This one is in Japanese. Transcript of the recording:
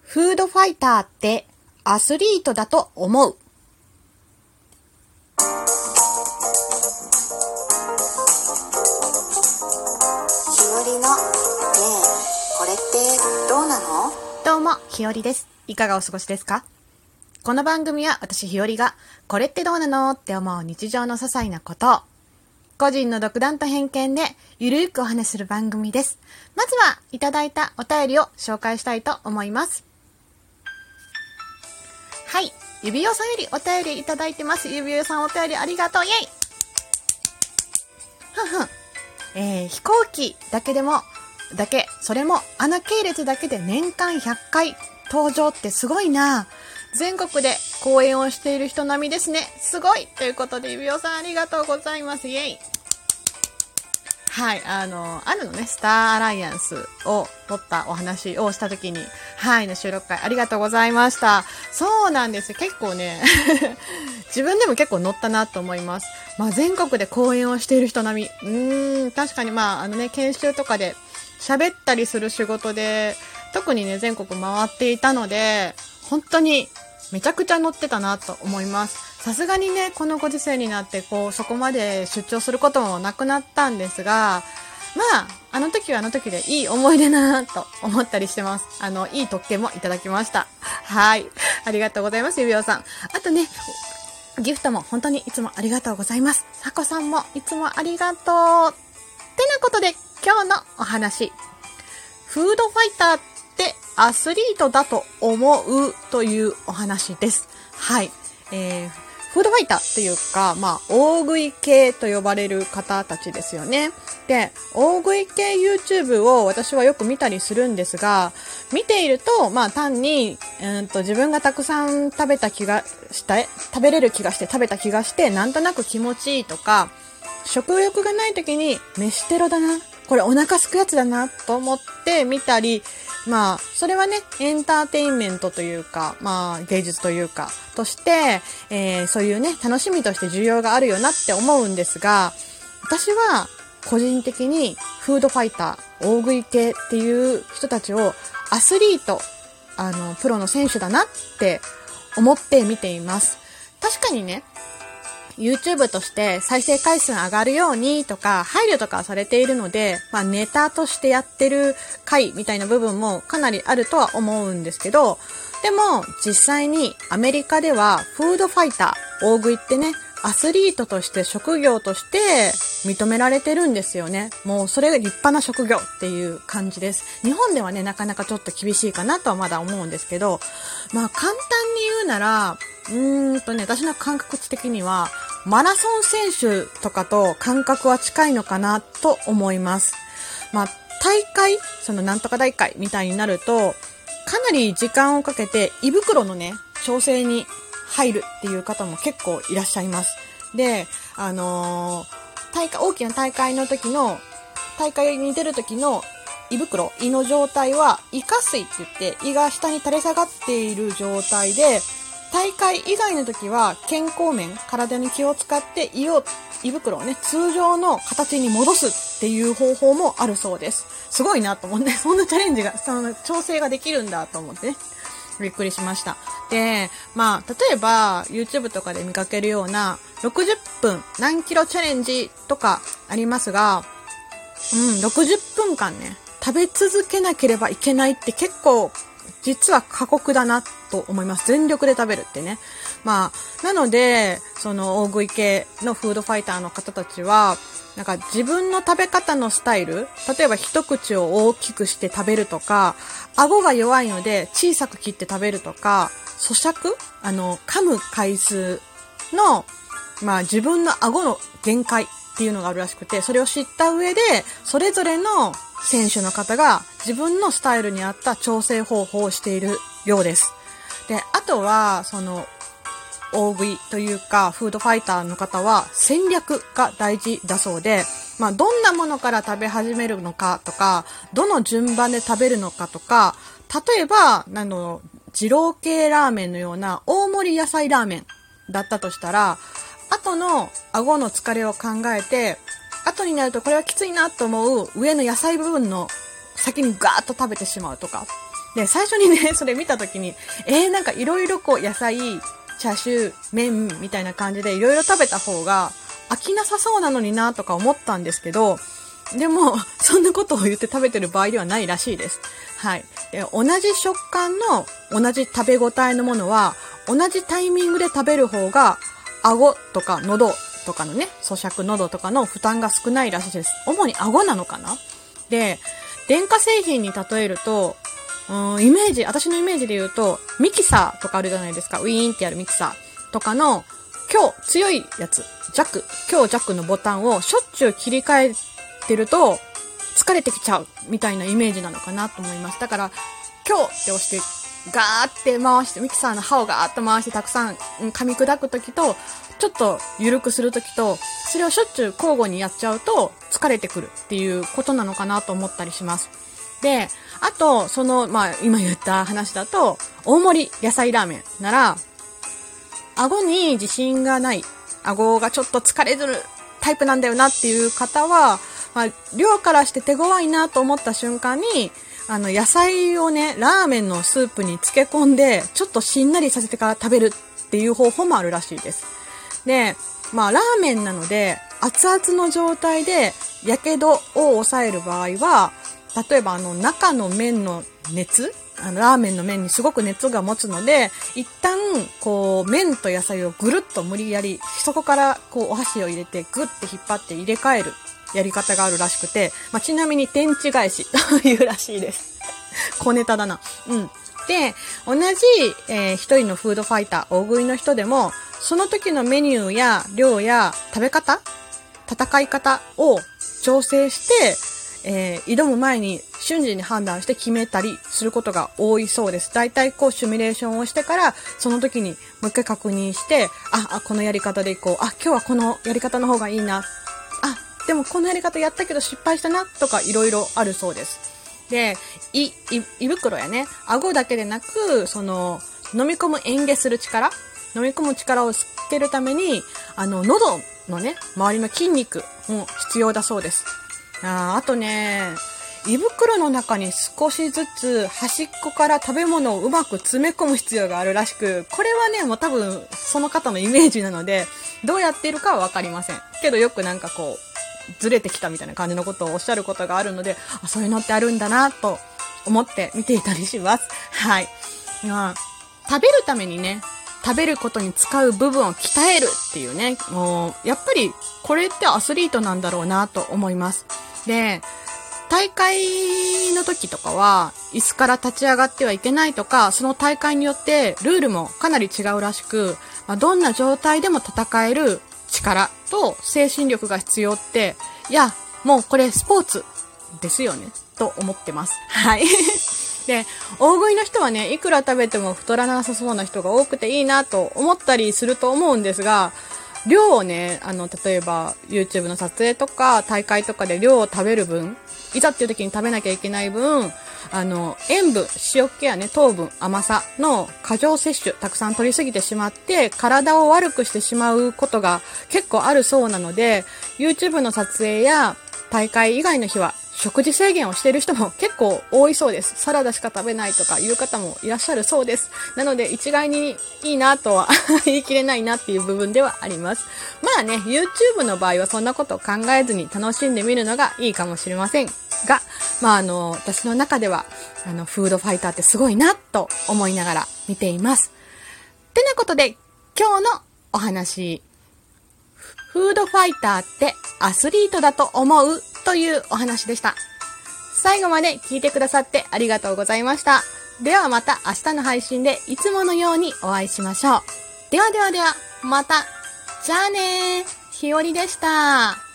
フードファイターってアスリートだと思う。 ひよりのねえ、これってどうなの？ どうも、ひよりです。いかがお過ごしですか？この番組は私ひよりがこれってどうなのって思う日常の些細なことを個人の独断と偏見でゆるくお話しする番組です。まずはいただいたお便りを紹介したいと思います。はい、ゆびおさんよりお便りいただいてます。ゆびおさんお便りありがとう。イェイ。飛行機だけそれもアナ系列だけで年間100回登場ってすごいな。全国で公演をしている人並みですね。すごいということで、ゆびおさんありがとうございます。イェイ。はい、あるのね、スターアライアンスを撮ったお話をした時に、の収録会ありがとうございました。そうなんですよ。結構ね、自分でも結構乗ったなと思います。全国で公演をしている人並み。確かに研修とかで喋ったりする仕事で、特にね、全国回っていたので、本当にめちゃくちゃ乗ってたなと思います。さすがにね、このご時世になってそこまで出張することもなくなったんですが、あの時はあの時でいい思い出だなと思ったりしてます。いい特権もいただきました。はい。ありがとうございます、ゆびおさん。あとね、ギフトも本当にいつもありがとうございます。さこさんもいつもありがとう。ってなことで、今日のお話。フードファイターってアスリートだと思うというお話です。はい。フードファイターっていうか、大食い系と呼ばれる方たちですよね。で、大食い系 YouTube を私はよく見たりするんですが、見ていると、単に、自分がたくさん食べれる気がして食べた気がして、なんとなく気持ちいいとか、食欲がない時に飯テロだな、これお腹すくやつだなと思って見たり、それはね、エンターテインメントというか、芸術というか、として、そういうね、楽しみとして需要があるよなって思うんですが、私は個人的にフードファイター、大食い系っていう人たちをアスリート、プロの選手だなって思って見ています。確かにね、YouTube として再生回数上がるようにとか配慮とかされているので、ネタとしてやってる回みたいな部分もかなりあるとは思うんですけど、でも実際にアメリカではフードファイター、大食いってね、アスリートとして職業として認められてるんですよね。もうそれが立派な職業っていう感じです。日本ではね、なかなかちょっと厳しいかなとはまだ思うんですけど、簡単に言うなら、私の感覚値的にはマラソン選手とかと感覚は近いのかなと思います。大会、なんとか大会みたいになると、かなり時間をかけて胃袋のね、調整に入るっていう方も結構いらっしゃいます。で、大きな大会に出る時の胃の状態は胃下垂って言って、胃が下に垂れ下がっている状態で、大会以外の時は健康面、体に気を使って胃袋をね、通常の形に戻すっていう方法もあるそうです。すごいなと思って、そんなチャレンジが、その調整ができるんだと思ってね、びっくりしました。で、例えば YouTube とかで見かけるような60分何キロチャレンジとかありますが、60分間ね、食べ続けなければいけないって結構実は過酷だなと思います。全力で食べるってね。なので、その大食い系のフードファイターの方たちは、自分の食べ方のスタイル、例えば一口を大きくして食べるとか、顎が弱いので小さく切って食べるとか、咀嚼、噛む回数の、自分の顎の限界っていうのがあるらしくて、それを知った上で、それぞれの選手の方が自分のスタイルに合った調整方法をしているようです。で、あとは、大食いというか、フードファイターの方は戦略が大事だそうで、どんなものから食べ始めるのかとか、どの順番で食べるのかとか、例えば、二郎系ラーメンのような大盛り野菜ラーメンだったとしたら、後の顎の疲れを考えて、後になるとこれはきついなと思う上の野菜部分の先にガーッと食べてしまうとか、 で、最初にね、それ見たときに、なんかいろいろこう野菜、チャーシュー、麺みたいな感じでいろいろ食べた方が飽きなさそうなのになとか思ったんですけど、でも、そんなことを言って食べてる場合ではないらしいです。はい。で、同じ食感の、同じ食べ応えのものは、同じタイミングで食べる方が、顎とか喉とかのね、咀嚼喉とかの負担が少ないらしいです。主に顎なのかな？で、電化製品に例えると、私のイメージで言うと、ミキサーとかあるじゃないですか。ウィーンってやるミキサーとかの、強いやつ、強弱のボタンをしょっちゅう切り替えてると、疲れてきちゃうみたいなイメージなのかなと思います。だから、強って押して、ガーって回して、ミキサーの刃をガーッと回してたくさん噛み砕くときと、ちょっと緩くするときと、それをしょっちゅう交互にやっちゃうと疲れてくるっていうことなのかなと思ったりします。で、あと、今言った話だと、大盛り野菜ラーメンなら、顎に自信がない、顎がちょっと疲れるタイプなんだよなっていう方は、量からして手強いなと思った瞬間に、野菜をね、ラーメンのスープに漬け込んで、ちょっとしんなりさせてから食べるっていう方法もあるらしいです。で、ラーメンなので、熱々の状態で、やけどを抑える場合は、例えば中の麺の熱、ラーメンの麺にすごく熱が持つので、一旦、麺と野菜をぐるっと無理やり、そこから、お箸を入れて、ぐって引っ張って入れ替えるやり方があるらしくて、ちなみに天地返しというらしいです。小ネタだな。で、同じ、一人のフードファイター、大食いの人でも、その時のメニューや量や食べ方、戦い方を調整して、挑む前に瞬時に判断して決めたりすることが多いそうです。だいたいシミュレーションをしてから、その時にもう一回確認して、このやり方でいこう。今日はこのやり方の方がいいな。でもこのやり方やったけど失敗したなとかいろいろあるそうです。で、胃袋やね、顎だけでなく、飲み込む嚥下する力、飲み込む力をつけるために、喉のね、周りの筋肉も必要だそうです。あとね、胃袋の中に少しずつ端っこから食べ物をうまく詰め込む必要があるらしく、これはね、もう多分その方のイメージなので、どうやっているかはわかりません。けどよくなんかずれてきたみたいな感じのことをおっしゃることがあるので、そういうのってあるんだなと思って見ていたりします。はい。食べるためにね、食べることに使う部分を鍛えるっていうね、もうやっぱりこれってアスリートなんだろうなと思います。で、大会の時とかは椅子から立ち上がってはいけないとか、その大会によってルールもかなり違うらしく、どんな状態でも戦える力と精神力が必要って、もうこれスポーツですよねと思ってます。はい。で、大食いの人はね、いくら食べても太らなさそうな人が多くていいなと思ったりすると思うんですが、量をね、例えば YouTube の撮影とか大会とかで量を食べる分、いざっていう時に食べなきゃいけない分、塩分、塩気やね、糖分、甘さの過剰摂取、たくさん取りすぎてしまって、体を悪くしてしまうことが結構あるそうなので、YouTube の撮影や大会以外の日は、食事制限をしている人も結構多いそうです。サラダしか食べないとかいう方もいらっしゃるそうです。なので一概にいいなとは言い切れないなっていう部分ではあります。YouTube の場合はそんなことを考えずに楽しんでみるのがいいかもしれませんが、私の中ではフードファイターってすごいなと思いながら見ています。ってなことで今日のお話、フードファイターってアスリートだと思うというお話でした。最後まで聞いてくださってありがとうございました。ではまた明日の配信でいつものようにお会いしましょう。ではまた。じゃあねー。ひよりでした。